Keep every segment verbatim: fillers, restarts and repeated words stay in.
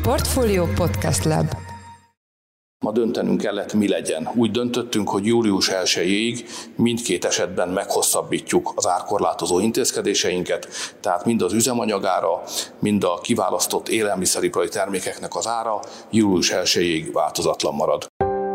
Portfolio Podcast Lab. Ma döntenünk kellett, mi legyen. Úgy döntöttünk, hogy július elsejéig mindkét esetben meghosszabbítjuk az árkorlátozó intézkedéseinket, tehát mind az üzemanyagára, mind a kiválasztott élelmiszeripari termékeknek az ára július elsejéig változatlan marad.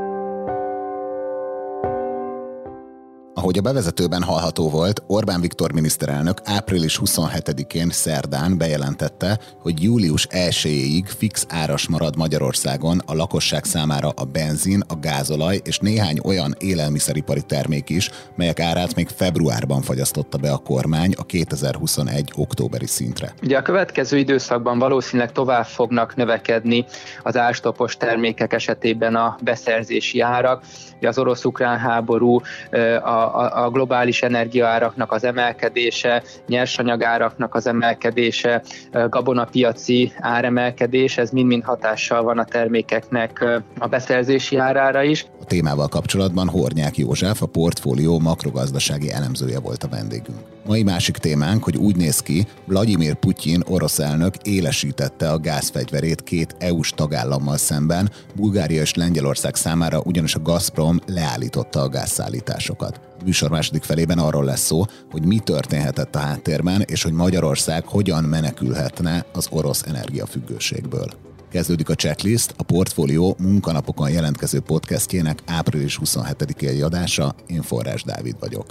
Ahogy a bevezetőben hallható volt, Orbán Viktor miniszterelnök április huszonhetedikén szerdán bejelentette, hogy július elsejéig fix áras marad Magyarországon a lakosság számára a benzin, a gázolaj és néhány olyan élelmiszeripari termék is, melyek árát még februárban fagyasztotta be a kormány a kétezer-huszonegy októberi szintre. Ugye a következő időszakban valószínűleg tovább fognak növekedni az árstopos termékek esetében a beszerzési árak. Az orosz-ukrán háború, a A, a globális energiaáraknak az emelkedése, nyersanyagáraknak az emelkedése, gabonapiaci áremelkedés, ez mind-mind hatással van a termékeknek a beszerzési árára is. A témával kapcsolatban Hornyák József, a Portfolio makrogazdasági elemzője volt a vendégünk. Mai másik témánk, hogy úgy néz ki, Vlagyimir Putyin orosz elnök élesítette a gázfegyverét két é u-s tagállammal szemben, Bulgária és Lengyelország számára ugyanis a Gazprom leállította a gázszállításokat. A műsor második felében arról lesz szó, hogy mi történhetett a háttérben, és hogy Magyarország hogyan menekülhetne az orosz energiafüggőségből. Kezdődik a checklist, a Portfolio munkanapokon jelentkező podcastjének április huszonhetedikei adása, én Forrás Dávid vagyok.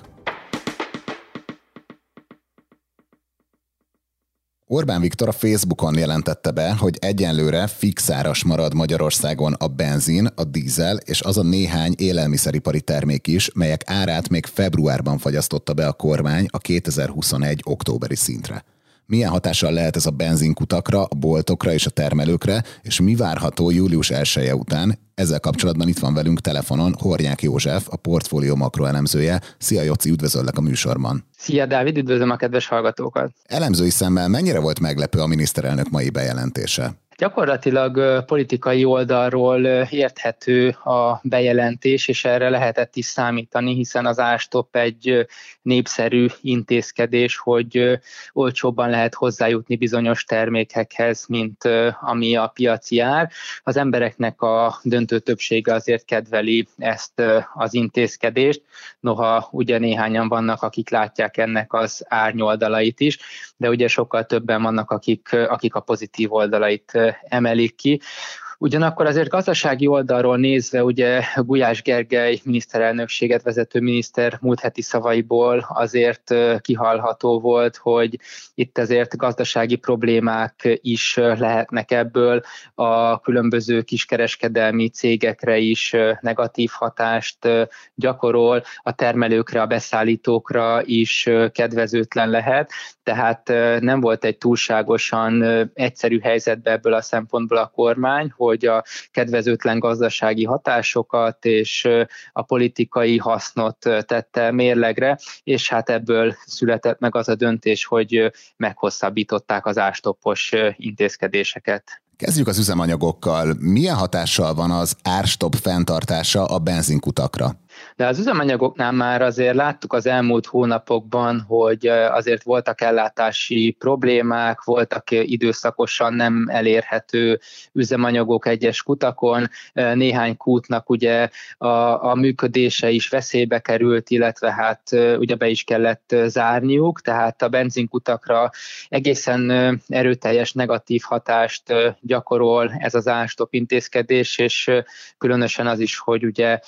Orbán Viktor a Facebookon jelentette be, hogy egyenlőre fix áras marad Magyarországon a benzin, a dízel és az a néhány élelmiszeripari termék is, melyek árát még februárban fagyasztotta be a kormány a kétezer-huszonegy októberi szintre. Milyen hatással lehet ez a benzinkutakra, a boltokra és a termelőkre, és mi várható július elseje után? Ezzel kapcsolatban itt van velünk telefonon Hornyák József, a Portfolio makroelemzője. Szia Jóci, üdvözöllek a műsorban. Szia Dávid, üdvözlöm a kedves hallgatókat. Elemzői szemmel mennyire volt meglepő a miniszterelnök mai bejelentése? Gyakorlatilag politikai oldalról érthető a bejelentés, és erre lehetett is számítani, hiszen az árstop egy népszerű intézkedés, hogy olcsóbban lehet hozzájutni bizonyos termékekhez, mint ami a piaci ár. Az embereknek a döntő többsége azért kedveli ezt az intézkedést, noha ugye néhányan vannak, akik látják ennek az árnyoldalait is, de ugye sokkal többen vannak, akik, akik a pozitív oldalait emelik ki. Ugyanakkor azért gazdasági oldalról nézve, ugye Gulyás Gergely miniszterelnökséget vezető miniszter múlt heti szavaiból azért kihallható volt, hogy itt azért gazdasági problémák is lehetnek ebből, a különböző kiskereskedelmi cégekre is negatív hatást gyakorol, a termelőkre, a beszállítókra is kedvezőtlen lehet, tehát nem volt egy túlságosan egyszerű helyzetben ebből a szempontból a kormány, hogy a kedvezőtlen gazdasági hatásokat és a politikai hasznot tette mérlegre, és hát ebből született meg az a döntés, hogy meghosszabbították az árstoppos intézkedéseket. Kezdjük az üzemanyagokkal. Milyen hatással van az árstop fenntartása a benzinkutakra? De az üzemanyagoknál már azért láttuk az elmúlt hónapokban, hogy azért voltak ellátási problémák, voltak időszakosan nem elérhető üzemanyagok egyes kutakon, néhány kútnak ugye a, a működése is veszélybe került, illetve hát ugye be is kellett zárniuk, tehát a benzinkutakra egészen erőteljes negatív hatást gyakorol ez az árstop intézkedés, és különösen az is, hogy ugye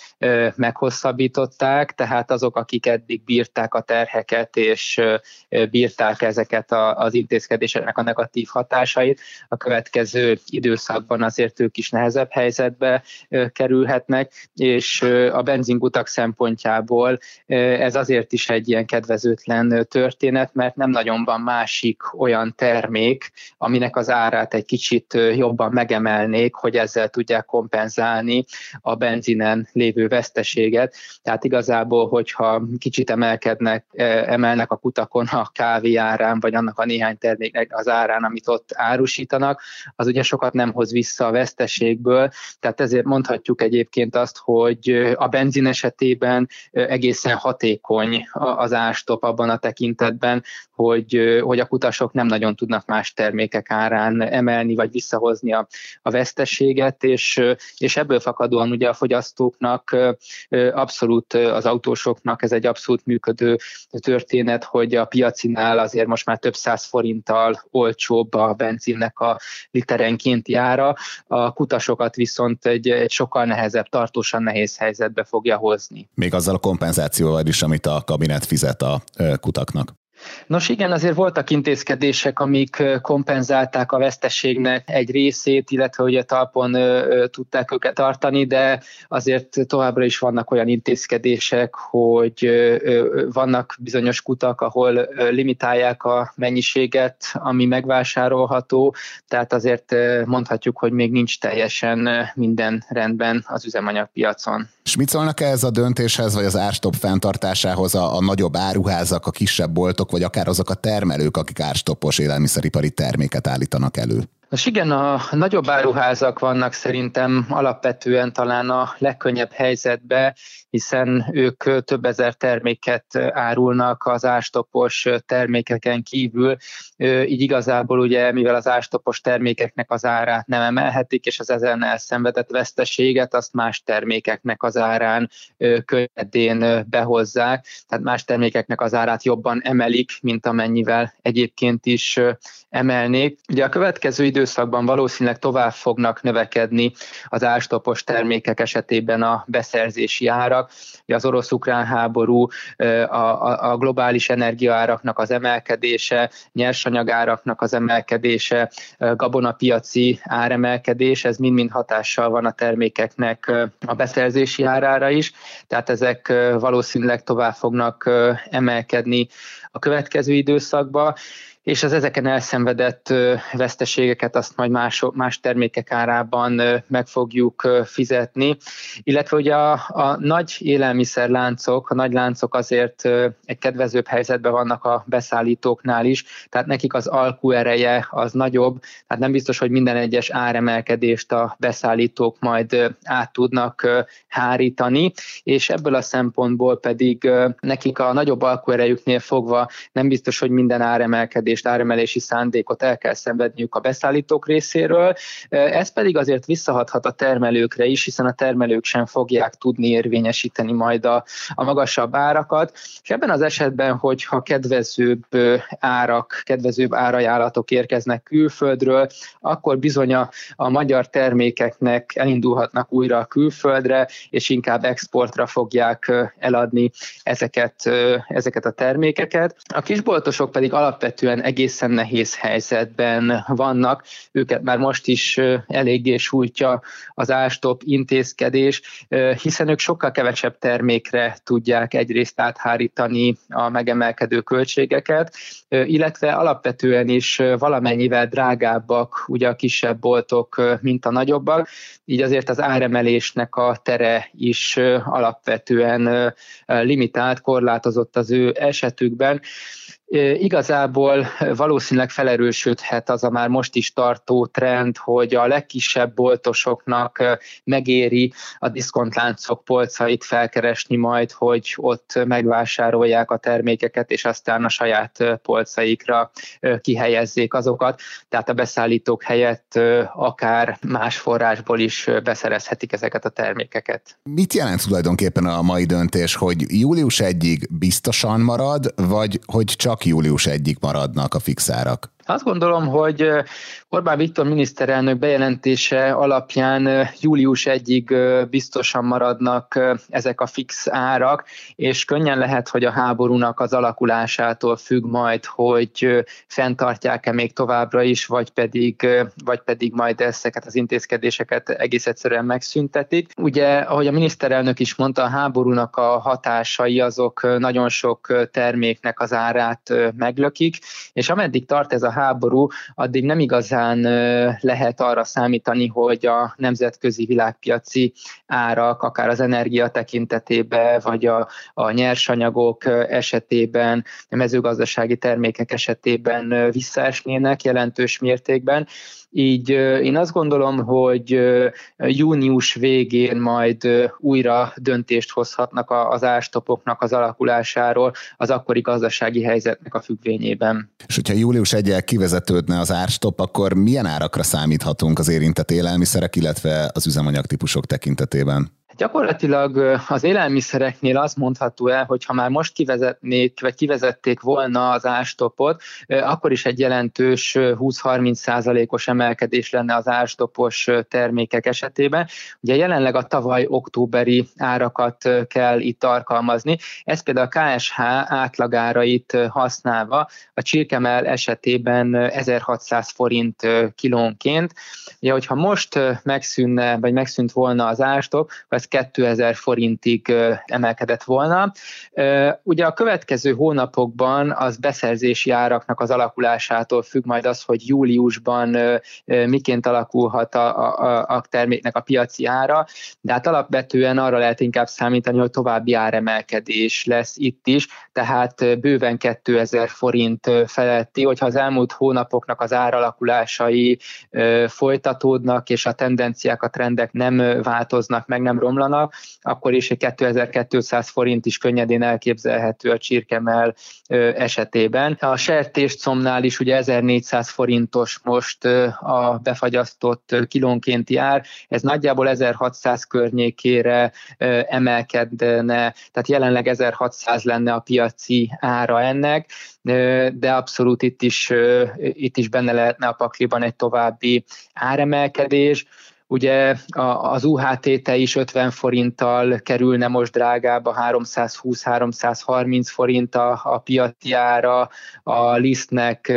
meghosszabbították, tehát azok, akik eddig bírták a terheket, és bírták ezeket az intézkedéseknek a negatív hatásait, a következő időszakban azért ők is nehezebb helyzetbe kerülhetnek, és a benzinkutak szempontjából ez azért is egy ilyen kedvezőtlen történet, mert nem nagyon van másik olyan termék, aminek az árát egy kicsit jobban megemelnék, hogy ezzel tudják kompenzálni a benzinen lévő veszteséget, termékeket, tehát igazából, hogyha kicsit emelkednek, emelnek a kutakon a kávé árán, vagy annak a néhány terméknek az árán, amit ott árusítanak, az ugye sokat nem hoz vissza a veszteségből, tehát ezért mondhatjuk egyébként azt, hogy a benzin esetében egészen hatékony az árstop abban a tekintetben, hogy, hogy a kutasok nem nagyon tudnak más termékek árán emelni, vagy visszahozni a, a veszteséget, és, és ebből fakadóan ugye a fogyasztóknak abszolút, az autósoknak ez egy abszolút működő történet, hogy a piacinál azért most már több száz forinttal olcsóbb a benzinnek a literenkénti ára, a kutasokat viszont egy, egy sokkal nehezebb, tartósan nehéz helyzetbe fogja hozni. Még azzal a kompenzációval is, amit a kabinet fizet a kutaknak. Nos igen, azért voltak intézkedések, amik kompenzálták a veszteségnek egy részét, illetve ugye talpon ö, tudták őket tartani, de azért továbbra is vannak olyan intézkedések, hogy ö, vannak bizonyos kutak, ahol limitálják a mennyiséget, ami megvásárolható, tehát azért mondhatjuk, hogy még nincs teljesen minden rendben az üzemanyagpiacon. És mit szólnak ez a döntéshez, vagy az árstop fenntartásához a, a nagyobb áruházak, a kisebb boltok, vagy akár azok a termelők, akik árstoppos élelmiszeripari terméket állítanak elő? Nos igen, a nagyobb áruházak vannak szerintem alapvetően talán a legkönnyebb helyzetben, hiszen ők több ezer terméket árulnak az árstoppos termékeken kívül, így igazából ugye, mivel az árstoppos termékeknek az árát nem emelhetik, és az ezen elszenvedett veszteséget azt más termékeknek az árán könnyedén behozzák, tehát más termékeknek az árát jobban emelik, mint amennyivel egyébként is emelnék. Ugye a következő időszakban valószínűleg tovább fognak növekedni az árstoppos termékek esetében a beszerzési árak. Az orosz-ukrán háború, a, a, a globális energiaáraknak az emelkedése, nyersanyagáraknak az emelkedése, gabonapiaci áremelkedés, ez mind-mind hatással van a termékeknek a beszerzési árára is, tehát ezek valószínűleg tovább fognak emelkedni a következő időszakban, és az ezeken elszenvedett veszteségeket azt majd más, más termékek árában meg fogjuk fizetni, illetve ugye a, a nagy élelmiszerláncok, a nagy láncok azért egy kedvezőbb helyzetben vannak a beszállítóknál is, tehát nekik az alkuereje az nagyobb, tehát nem biztos, hogy minden egyes áremelkedést a beszállítók majd át tudnak hárítani, és ebből a szempontból pedig nekik a nagyobb alkuerejüknél fogva nem biztos, hogy minden áremelkedés áremelési szándékot el kell szenvedniük a beszállítók részéről. Ez pedig azért visszahathat a termelőkre is, hiszen a termelők sem fogják tudni érvényesíteni majd a, a magasabb árakat. És ebben az esetben, hogyha kedvezőbb árak, kedvezőbb árajánlatok érkeznek külföldről, akkor bizony a, a magyar termékeknek elindulhatnak újra a külföldre, és inkább exportra fogják eladni ezeket, ezeket a termékeket. A kisboltosok pedig alapvetően egészen nehéz helyzetben vannak, őket már most is eléggé sújtja az árstop intézkedés, hiszen ők sokkal kevesebb termékre tudják egyrészt áthárítani a megemelkedő költségeket, illetve alapvetően is valamennyivel drágábbak ugye a kisebb boltok, mint a nagyobbak, így azért az áremelésnek a tere is alapvetően limitált, korlátozott az ő esetükben. Igazából valószínűleg felerősödhet az a már most is tartó trend, hogy a legkisebb boltosoknak megéri a diszkontláncok polcait felkeresni majd, hogy ott megvásárolják a termékeket, és aztán a saját polcaikra kihelyezzék azokat. Tehát a beszállítók helyett akár más forrásból is beszerezhetik ezeket a termékeket. Mit jelent tulajdonképpen a mai döntés, hogy július elsejéig biztosan marad, vagy hogy csak július elsejéig maradnak a fix árak? Azt gondolom, hogy Orbán Viktor miniszterelnök bejelentése alapján július elsejéig biztosan maradnak ezek a fix árak, és könnyen lehet, hogy a háborúnak az alakulásától függ majd, hogy fenntartják-e még továbbra is, vagy pedig, vagy pedig majd ezeket az intézkedéseket egész egyszerűen megszüntetik. Ugye, ahogy a miniszterelnök is mondta, a háborúnak a hatásai azok nagyon sok terméknek az árát meglökik, és ameddig tart ez a háború, addig nem igazán lehet arra számítani, hogy a nemzetközi világpiaci árak, akár az energia tekintetében, vagy a, a nyersanyagok esetében, a mezőgazdasági termékek esetében visszaesnének jelentős mértékben. Így én azt gondolom, hogy június végén majd újra döntést hozhatnak az árstopoknak az alakulásáról az akkori gazdasági helyzetnek a függvényében. És hogyha július elseje kivezetődne az árstop, akkor milyen árakra számíthatunk az érintett élelmiszerek, illetve az üzemanyagtípusok tekintetében? Gyakorlatilag az élelmiszereknél azt mondható el, hogy ha már most kivezetnék, vagy kivezették volna az árstopot, akkor is egy jelentős húsz-harminc százalékos emelkedés lenne az árstopos termékek esetében. Ugye jelenleg a tavaly októberi árakat kell itt alkalmazni. Ez például a ká es há átlagárait használva a csirkemell esetében ezerhatszáz forint kilónként. Ugye, hogyha most megszűnne, vagy megszűnt volna az árstop, ez kétezer forintig emelkedett volna. Ugye a következő hónapokban az beszerzési áraknak az alakulásától függ majd az, hogy júliusban miként alakulhat a, a, a terméknek a piaci ára, de hát alapvetően arra lehet inkább számítani, hogy további áremelkedés lesz itt is, tehát bőven kétezer forint feletti, hogyha az elmúlt hónapoknak az áralakulásai folytatódnak, és a tendenciák, a trendek nem változnak meg, nem romlanak, akkor is egy kétezer-kétszáz forint is könnyedén elképzelhető a csirkemell esetében. A sertéscomnál is ugye ezernégyszáz forintos most a befagyasztott kilónkénti ár, ez nagyjából ezerhatszáz környékére emelkedne, tehát jelenleg ezerhatszáz lenne a piaci ára ennek, de abszolút itt is, itt is benne lehetne a pakliban egy további áremelkedés. Ugye az u há té-te is ötven forinttal kerülne most drágább, háromszázhúsz-háromszázharminc forint a, a piaci ára, a lisztnek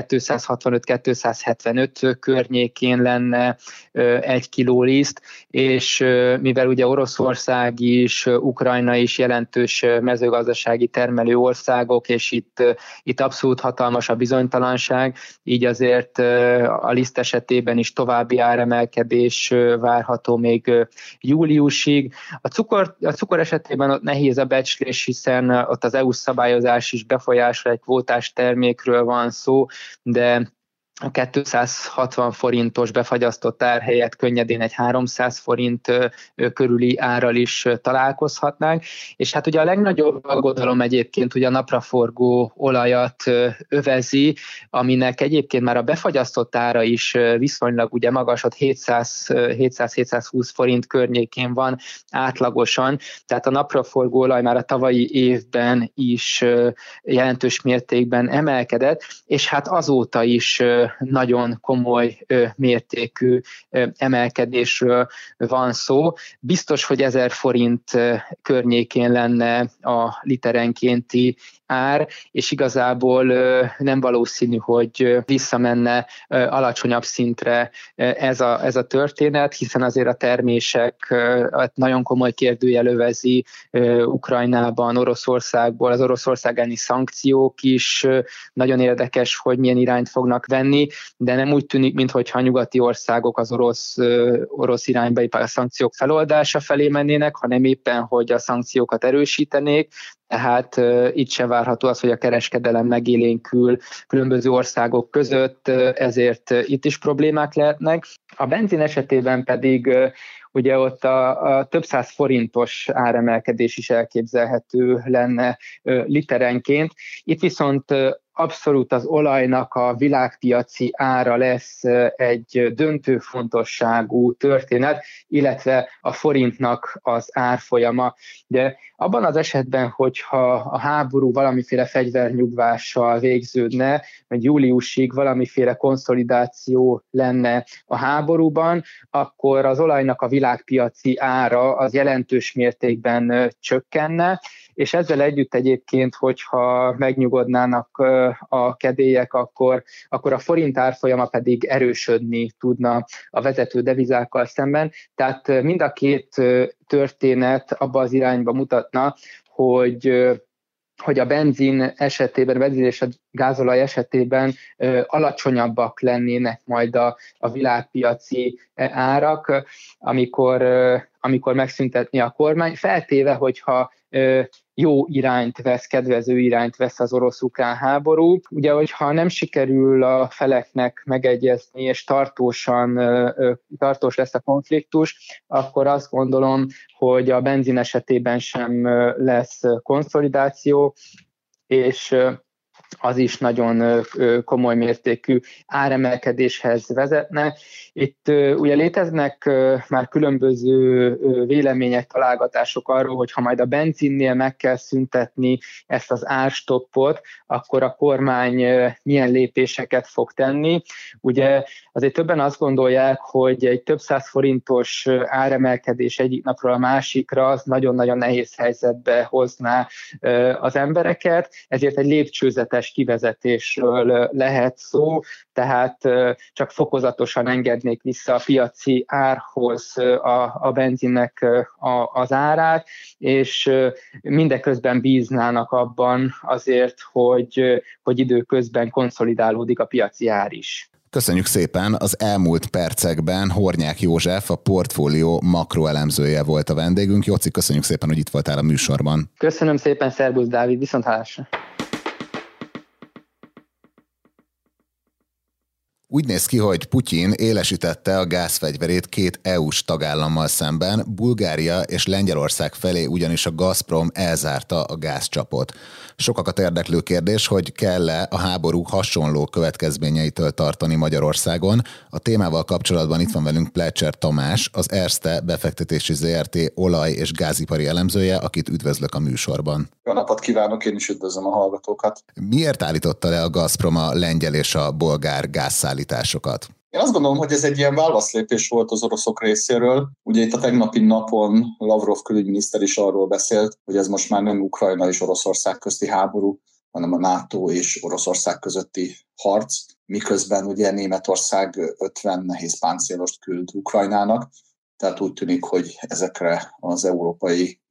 kétszázhatvanöt-kétszázhetvenöt környékén lenne egy kiló liszt, és mivel ugye Oroszország is, Ukrajna is jelentős mezőgazdasági termelő országok, és itt, itt abszolút hatalmas a bizonytalanság, így azért a liszt esetében is további áremelkedés várható még júliusig. A cukor, a cukor esetében ott nehéz a becslés, hiszen ott az é u szabályozás is befolyásol, egy kvótás termékről van szó, de a kétszázhatvan forintos befagyasztott ár helyett könnyedén egy háromszáz forint körüli árral is találkozhatnánk. És hát ugye a legnagyobb aggodalom egyébként ugye a napraforgó olajat övezi, aminek egyébként már a befagyasztott ára is viszonylag ugye magas, ott hétszáz-hétszázhúsz forint környékén van átlagosan, tehát a napraforgó olaj már a tavalyi évben is jelentős mértékben emelkedett, és hát azóta is nagyon komoly mértékű emelkedésről van szó. Biztos, hogy ezer forint környékén lenne a literenkénti ár, és igazából nem valószínű, hogy visszamenne alacsonyabb szintre ez a, ez a történet, hiszen azért a termések nagyon komoly kérdőjel övezi Ukrajnában, Oroszországból, az Oroszország elleni szankciók is nagyon érdekes, hogy milyen irányt fognak venni, de nem úgy tűnik, mintha a nyugati országok az orosz, orosz irányba a szankciók feloldása felé mennének, hanem éppen, hogy a szankciókat erősítenék. Tehát uh, itt se várható az, hogy a kereskedelem megélénkül különböző országok között, uh, ezért uh, itt is problémák lehetnek. A benzin esetében pedig uh, ugye ott a, a több száz forintos áremelkedés is elképzelhető lenne uh, literenként. Itt viszont uh, abszolút az olajnak a világpiaci ára lesz egy döntő fontosságú történet, illetve a forintnak az árfolyama. De abban az esetben, hogyha a háború valamiféle fegyvernyugvással végződne, vagy júliusig valamiféle konszolidáció lenne a háborúban, akkor az olajnak a világpiaci ára az jelentős mértékben csökkenne, és ezzel együtt egyébként, hogyha megnyugodnának a kedélyek, akkor, akkor a forint árfolyama pedig erősödni tudna a vezető devizákkal szemben. Tehát mind a két történet abba az irányba mutatna, hogy hogy a benzin esetében, a benzin és a gázolaj esetében ö, alacsonyabbak lennének majd a, a világpiaci árak, amikor, ö, amikor megszüntetni a kormány, feltéve, hogyha ö, jó irányt vesz, kedvező irányt vesz az orosz-ukrán háború. Ugye, hogyha nem sikerül a feleknek megegyezni, és tartósan, tartós lesz a konfliktus, akkor azt gondolom, hogy a benzin esetében sem lesz konszolidáció, és az is nagyon komoly mértékű áremelkedéshez vezetne. Itt ugye léteznek már különböző vélemények, találgatások arról, hogy ha majd a benzinnél meg kell szüntetni ezt az árstoppot, akkor a kormány milyen lépéseket fog tenni. Ugye azért többen azt gondolják, hogy egy több száz forintos áremelkedés egyik napról a másikra az nagyon-nagyon nehéz helyzetbe hozná az embereket, ezért egy lépcsőzetes kivezetésről lehet szó, tehát csak fokozatosan engednék vissza a piaci árhoz a, a benzinnek a, az árát, és mindeközben bíznának abban azért, hogy, hogy időközben konszolidálódik a piaci ár is. Köszönjük szépen! Az elmúlt percekben Hornyák József, a Portfólió makroelemzője volt a vendégünk. Jóci, köszönjük szépen, hogy itt voltál a műsorban. Köszönöm szépen, szervusz Dávid, viszonthallásra! Úgy néz ki, hogy Putyin élesítette a gázfegyverét két é u-s tagállammal szemben, Bulgária és Lengyelország felé ugyanis a Gazprom elzárta a gázcsapot. Sokakat érdeklő kérdés, hogy kell-e a háború hasonló következményeitől tartani Magyarországon. A témával kapcsolatban itt van velünk Plecser Tamás, az Erste befektetési zé er té olaj- és gázipari elemzője, akit üdvözlök a műsorban. Jó napot kívánok, én is üdvözlöm a hallgatókat. Miért állította le a Gazprom a lengyel és a bolgár gázszállításokat? Én azt gondolom, hogy ez egy ilyen válaszlépés volt az oroszok részéről. Ugye itt a tegnapi napon Lavrov külügyminiszter is arról beszélt, hogy ez most már nem Ukrajna és Oroszország közti háború, hanem a NATO és Oroszország közötti harc, miközben ugye Németország ötven nehéz páncélost küld Ukrajnának, tehát úgy tűnik, hogy ezekre az európai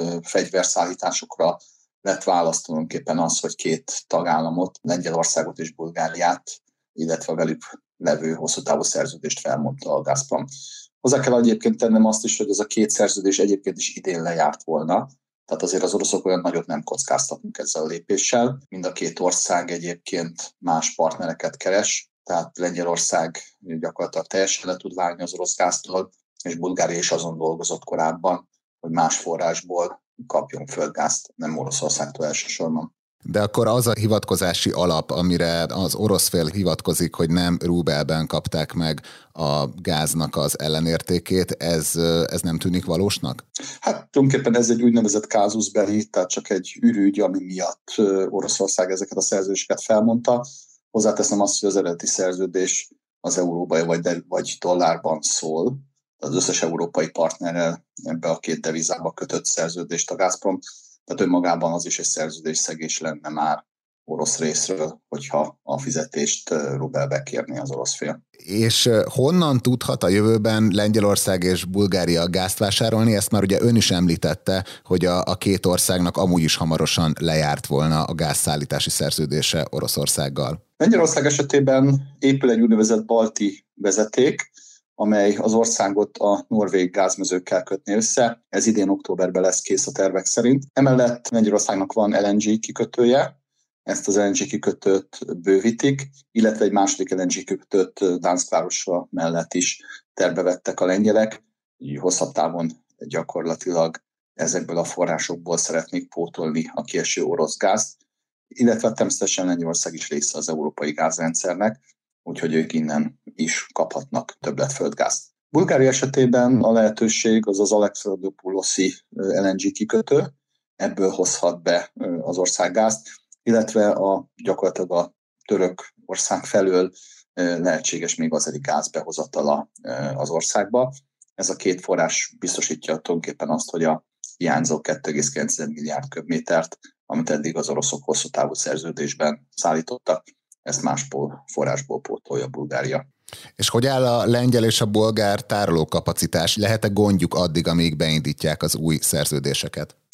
fegyverszállításokra lett válasz tulajdonképpen az, hogy két tagállamot, Lengyelországot és Bulgáriát, illetve a velük levő hosszú távú szerződést felmondta a Gazprom. Hozzá kell egyébként tennem azt is, hogy ez a két szerződés egyébként is idén lejárt volna, tehát azért az oroszok olyan nagyot nem kockáztatnak ezzel a lépéssel. Mind a két ország egyébként más partnereket keres, tehát Lengyelország gyakorlatilag teljesen le tud válni az orosz gáztól, és Bulgária is azon dolgozott korábban, hogy más forrásból kapjon földgázt, nem Oroszországtól elsősorban. De akkor az a hivatkozási alap, amire az orosz fél hivatkozik, hogy nem rubelben kapták meg a gáznak az ellenértékét, ez, ez nem tűnik valósnak? Hát tulajdonképpen ez egy úgynevezett kázuszbeli, tehát csak egy ürügy, ami miatt Oroszország ezeket a szerződéseket felmondta. Hozzáteszem azt, hogy az eredeti szerződés az euróban vagy, vagy dollárban szól. Az összes európai partnerrel ebbe a két devizába kötött szerződést a Gazprom, tehát önmagában az is egy szerződésszegés lenne már orosz részről, hogyha a fizetést rubelbe kérné az orosz fél. És honnan tudhat a jövőben Lengyelország és Bulgária gázt vásárolni? Ezt már ugye ön is említette, hogy a, a két országnak amúgy is hamarosan lejárt volna a gázszállítási szerződése Oroszországgal. Lengyelország esetében épül egy úgynevezett balti vezeték, amely az országot a norvég gázmezőkkel kötné össze. Ez idén októberben lesz kész a tervek szerint. Emellett Lengyelországnak van el en gé kikötője, ezt az el en gé kikötőt bővítik, illetve egy második el en gé kikötőt Danszk mellett is tervbe vettek a lengyelek. Így hosszabb távon gyakorlatilag ezekből a forrásokból szeretnék pótolni a kieső orosz gázt, illetve természetesen Lengyelország is része az európai gázrendszernek, úgyhogy ők innen is kaphatnak többletföldgázt. Bulgária esetében a lehetőség az az Alexandropouloszi el en gé kikötő, ebből hozhat be az ország gázt, illetve a, gyakorlatilag a török ország felől lehetséges még azeri gáz behozatala az országba. Ez a két forrás biztosítja tulajdonképpen azt, hogy a hiányzó kettő egész kilenc milliárd köbmétert, amit eddig az oroszok hosszú távú szerződésben szállítottak, ezt más forrásból pótolja Bulgária. És hogy áll a lengyel és a bolgár tárolókapacitás? Lehet-e gondjuk addig, amíg beindítják az új szerződéseket?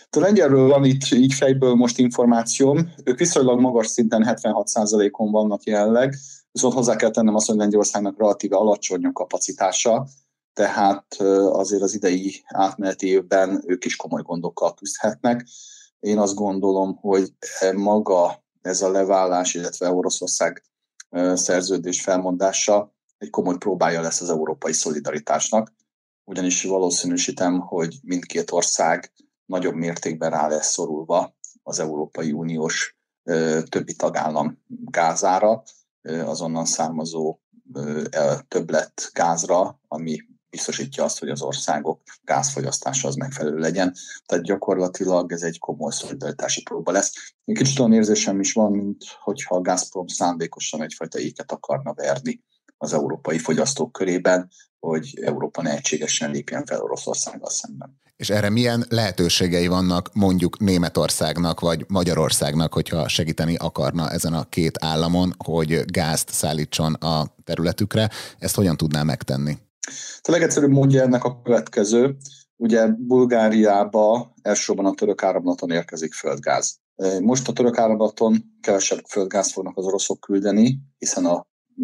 A lengyelről van itt így fejből most információm, ők viszonylag magas szinten hetvenhat százalékon vannak jelenleg, viszont hozzá kell tennem azt, hogy Lengyelországnak relatíve alacsony a kapacitása, tehát azért az idei átmeneti évben ők is komoly gondokkal küzdhetnek. Én azt gondolom, hogy maga ez a leválás, illetve Oroszország szerződés felmondása egy komoly próbája lesz az európai szolidaritásnak, ugyanis valószínűsítem, hogy mindkét ország nagyobb mértékben rá lesz szorulva az Európai Uniós többi tagállam gázára, azonnan származó többlet gázra, ami biztosítja azt, hogy az országok gázfogyasztása az megfelelő legyen. Tehát gyakorlatilag ez egy komoly szolidaritási próba lesz. Egy kicsit olyan érzésem is van, mint hogyha a Gazprom szándékosan egyfajta éket akarna verni az európai fogyasztók körében, hogy Európa ne egységesen lépjen fel Oroszországgal szemben. És erre milyen lehetőségei vannak mondjuk Németországnak vagy Magyarországnak, hogyha segíteni akarna ezen a két államon, hogy gázt szállítson a területükre? Ezt hogyan tudná megtenni? A legegyszerűbb módja ennek a következő. Ugye Bulgáriába elsősorban a török áramlaton érkezik földgáz. Most a török áramlaton kevesebb földgázt fognak az oroszok küldeni, hiszen a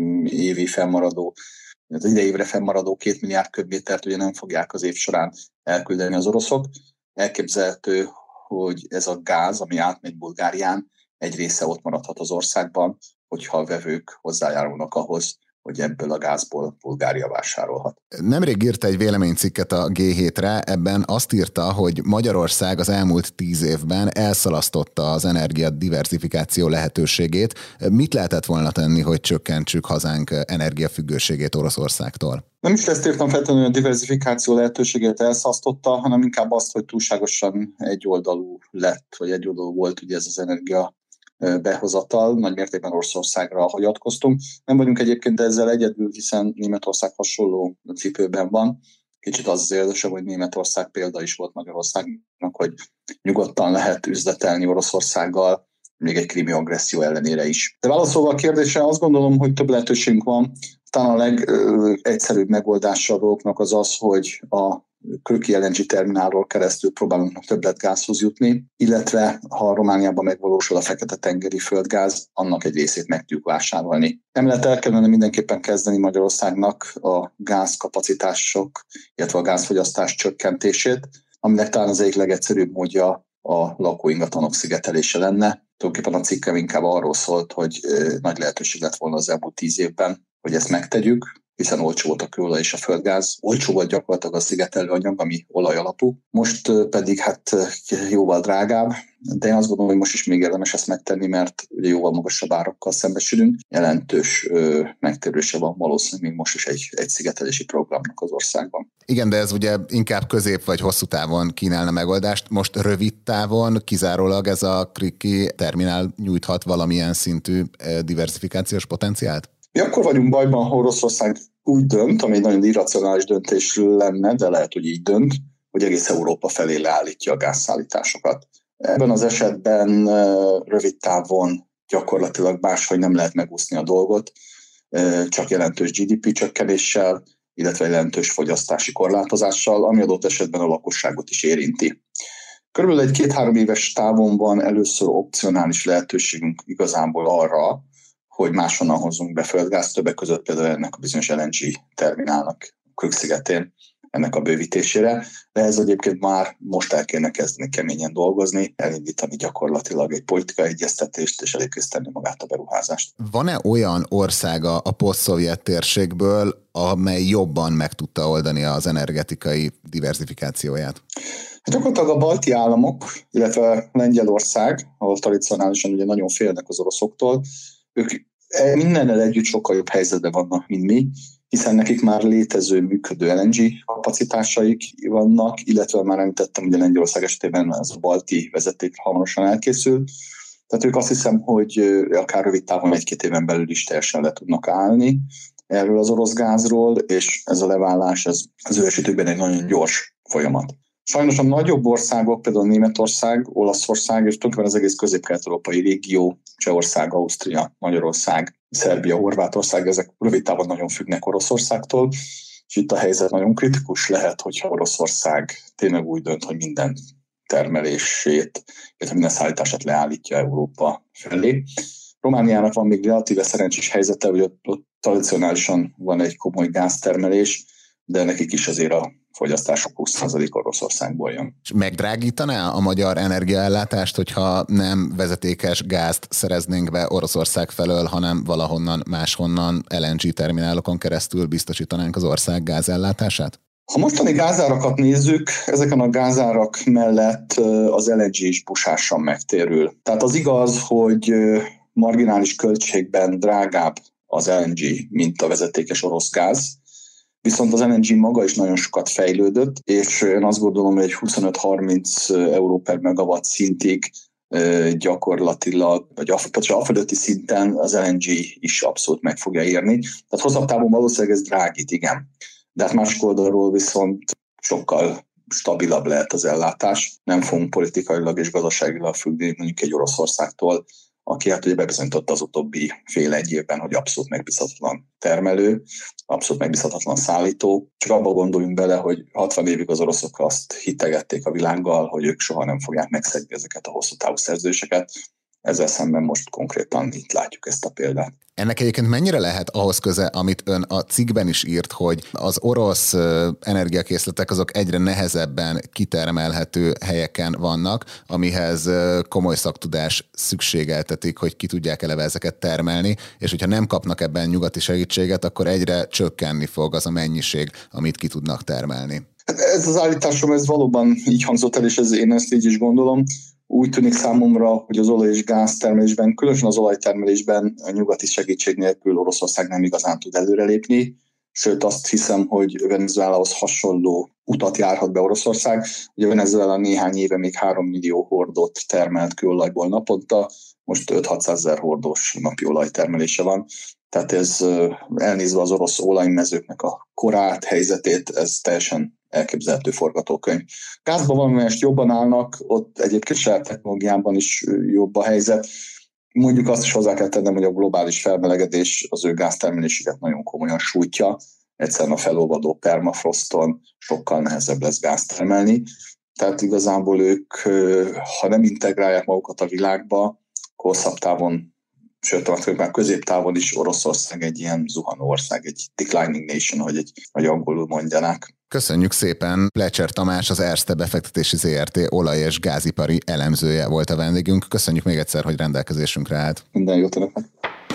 évi fennmaradó, az idei évre fennmaradó két milliárd köbmétert ugye nem fogják az év során elküldeni az oroszok. Elképzelhető, hogy ez a gáz, ami átmegy Bulgárián, egy része ott maradhat az országban, hogyha a vevők hozzájárulnak ahhoz, hogy ebből a gázból Bulgária vásárolhat. Nemrég írt egy véleménycikket a gé hétre, ebben azt írta, hogy Magyarország az elmúlt tíz évben elszalasztotta az energia diverzifikáció lehetőségét. Mit lehetett volna tenni, hogy csökkentsük hazánk energiafüggőségét Oroszországtól? Nem is ezt írtam feltétlenül, hogy a diverzifikáció lehetőségét elszalasztotta, hanem inkább azt, hogy túlságosan egyoldalú lett, vagy egyoldalú volt ugye ez az energia behozatal, nagy mértékben Oroszországra hagyatkoztunk. Nem vagyunk egyébként ezzel egyedül, hiszen Németország hasonló cipőben van. Kicsit az az érdekesebb, hogy Németország példa is volt Magyarországnak, hogy nyugodtan lehet üzletelni Oroszországgal, még egy krími agresszió ellenére is. De válaszolva a kérdésre, azt gondolom, hogy több lehetőségünk van. Talán a legegyszerűbb megoldása a dolgoknak az az, hogy a Kröki el en gé terminálról keresztül próbálunk többletgázhoz jutni, illetve ha Romániában megvalósul a Fekete-tengeri földgáz, annak egy részét meg tudjuk vásárolni. Emellett el kellene mindenképpen kezdeni Magyarországnak a gázkapacitások, illetve a gázfogyasztás csökkentését, aminek talán az egyik legegyszerűbb módja a lakóingatlanok szigetelése lenne. Tulajdonképpen a cikkem inkább arról szólt, hogy nagy lehetőség lett volna az elmúlt tíz évben, hogy ezt megtegyük, hiszen olcsó volt a kőolaj és a földgáz, olcsó volt gyakorlatilag a szigetelő anyag, ami olaj alapú. Most pedig hát jóval drágább, de én azt gondolom, hogy most is még érdemes ezt megtenni, mert ugye jóval magasabb árakkal szembesülünk. Jelentős ö, megtérülése van valószínűleg még most is egy, egy szigetelési programnak az országban. Igen, de ez ugye inkább közép vagy hosszú távon kínálna megoldást. Most rövid távon kizárólag ez a Kröki terminál nyújthat valamilyen szintű diversifikációs potenciált? Mi akkor vagyunk bajban, ha Oroszország úgy dönt, ami egy nagyon irracionális döntés lenne, de lehet, hogy így dönt, hogy egész Európa felé leállítja a gázszállításokat. Ebben az esetben rövid távon gyakorlatilag máshogy nem lehet megúszni a dolgot, csak jelentős gé dé pé csökkenéssel, illetve jelentős fogyasztási korlátozással, ami adott esetben a lakosságot is érinti. Körülbelül egy két-három éves távon van először opcionális lehetőségünk igazából arra, hogy máshonnan hozzunk be földgáz, többek között például ennek a bizonyos el en gé terminálnak Krük-szigetén, ennek a bővítésére, de ez egyébként már most el kéne kezdeni keményen dolgozni, elindítani gyakorlatilag egy politikai egyeztetést, és előkészíteni magát a beruházást. Van-e olyan országa a posztszovjet térségből, amely jobban meg tudta oldani az energetikai diversifikációját? Gyakorlatilag a balti államok, illetve Lengyelország, ahol tradicionálisan ugye nagyon félnek az oroszoktól, ők mindennel együtt sokkal jobb helyzetben vannak, mint mi, hiszen nekik már létező, működő el en gé kapacitásaik vannak, illetve már említettem, hogy a Lengyelország esetében ez a balti vezeték hamarosan elkészül. Tehát ők azt hiszem, hogy akár rövid távon egy-két éven belül is teljesen le tudnak állni erről az orosz gázról, és ez a leválás ez az ő esetükben egy nagyon gyors folyamat. Sajnos a nagyobb országok, például Németország, Olaszország és tulajdonképpen az egész közép-kelet-európai régió, Csehország, Ausztria, Magyarország, Szerbia, Horvátország, ezek rövid távon nagyon függnek Oroszországtól, és itt a helyzet nagyon kritikus lehet, hogyha Oroszország tényleg úgy dönt, hogy minden termelését, illetve minden szállítását leállítja Európa felé. Romániának van még relatíve szerencsés helyzete, hogy ott, ott tradicionálisan van egy komoly gáztermelés, de nekik is azért a fogyasztások húsz százalék Oroszországból jön. És megdrágítaná a magyar energiaellátást, hogyha nem vezetékes gázt szereznénk be Oroszország felől, hanem valahonnan máshonnan el en gé terminálokon keresztül biztosítanánk az ország gázellátását? Ha mostani gázárakat nézzük, ezeken a gázárak mellett az el en gé is busásan megtérül. Tehát az igaz, hogy marginális költségben drágább az el en gé, mint a vezetékes orosz gáz, viszont az el en gé maga is nagyon sokat fejlődött, és én azt gondolom, hogy egy huszonöt-harminc euró per megawatt szintig gyakorlatilag, vagy afölötti szinten az el en gé is abszolút meg fogja érni. Tehát hosszabb távon valószínűleg ez drágít, igen. De hát másik oldalról viszont sokkal stabilabb lehet az ellátás. Nem fogunk politikailag és gazdaságilag függni mondjuk egy Oroszországtól, aki hát ugye bebizonyította az utóbbi fél-egy évben, hogy abszolút megbízhatatlan termelő, abszolút megbízhatatlan szállító. Csak abba gondoljunk bele, hogy hatvan évig az oroszok azt hitegették a világgal, hogy ők soha nem fogják megszegni ezeket a hosszú távú szerződéseket. Ezzel szemben most konkrétan itt látjuk ezt a példát. Ennek egyébként mennyire lehet ahhoz köze, amit ön a cikkben is írt, hogy az orosz energiakészletek azok egyre nehezebben kitermelhető helyeken vannak, amihez komoly szaktudás szükségeltetik, hogy ki tudják eleve ezeket termelni, és hogyha nem kapnak ebben nyugati segítséget, akkor egyre csökkenni fog az a mennyiség, amit ki tudnak termelni. Ez az állításom, ez valóban így hangzott el, és ez, én ezt így is gondolom. Úgy tűnik számomra, hogy az olaj- és gáztermelésben, különösen az olajtermelésben a nyugati segítség nélkül Oroszország nem igazán tud előrelépni, sőt azt hiszem, hogy Venezuelához hasonló utat járhat be Oroszország. Ugye Venezuela néhány éve még három millió hordót termelt kőolajból naponta, most öt-hatszázezer hordós napi olajtermelése van. Tehát ez elnézve az orosz olajmezőknek a korát, helyzetét, ez teljesen elképzelhető forgatókönyv. Gázban valamelyest jobban állnak, ott egyébként saját technológiában is jobb a helyzet. Mondjuk azt is hozzá kell tennem, hogy a globális felmelegedés az ő gáztermelésüket nagyon komolyan sújtja. Egyszerűen a felolvadó permafroston sokkal nehezebb lesz gázt termelni. Tehát igazából ők, ha nem integrálják magukat a világba, hosszabb távon, sőt, már középtávon is Oroszország egy ilyen zuhanó ország, egy declining nation, ahogy egy vagy angolul mondjanák. Köszönjük szépen, Plecser Tamás, az Erste befektetési zé er té olaj- és gázipari elemzője volt a vendégünk. Köszönjük még egyszer, hogy rendelkezésünkre állt. Minden jót önöknek.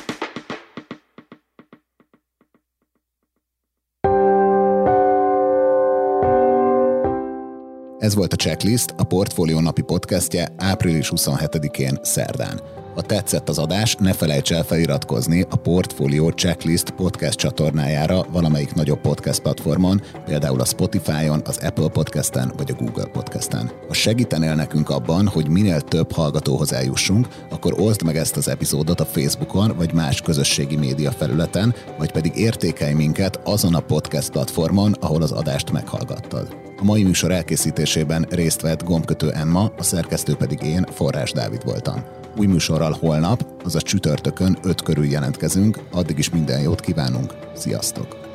Ez volt a Checklist, a Portfólió napi podcastje április huszonhetedikén szerdán. Ha tetszett az adás, ne felejts el feliratkozni a Portfólió Checklist podcast csatornájára valamelyik nagyobb podcast platformon, például a Spotify-on, az Apple Podcasten vagy a Google Podcasten. Ha segítenél nekünk abban, hogy minél több hallgatóhoz eljussunk, akkor oszd meg ezt az epizódot a Facebookon vagy más közösségi média felületen, vagy pedig értékelj minket azon a podcast platformon, ahol az adást meghallgattad. A mai műsor elkészítésében részt vett gombkötő Emma, a szerkesztő pedig én, Forrás Dávid voltam. Új műsorral holnap, azaz csütörtökön öt körül jelentkezünk, addig is minden jót kívánunk, sziasztok!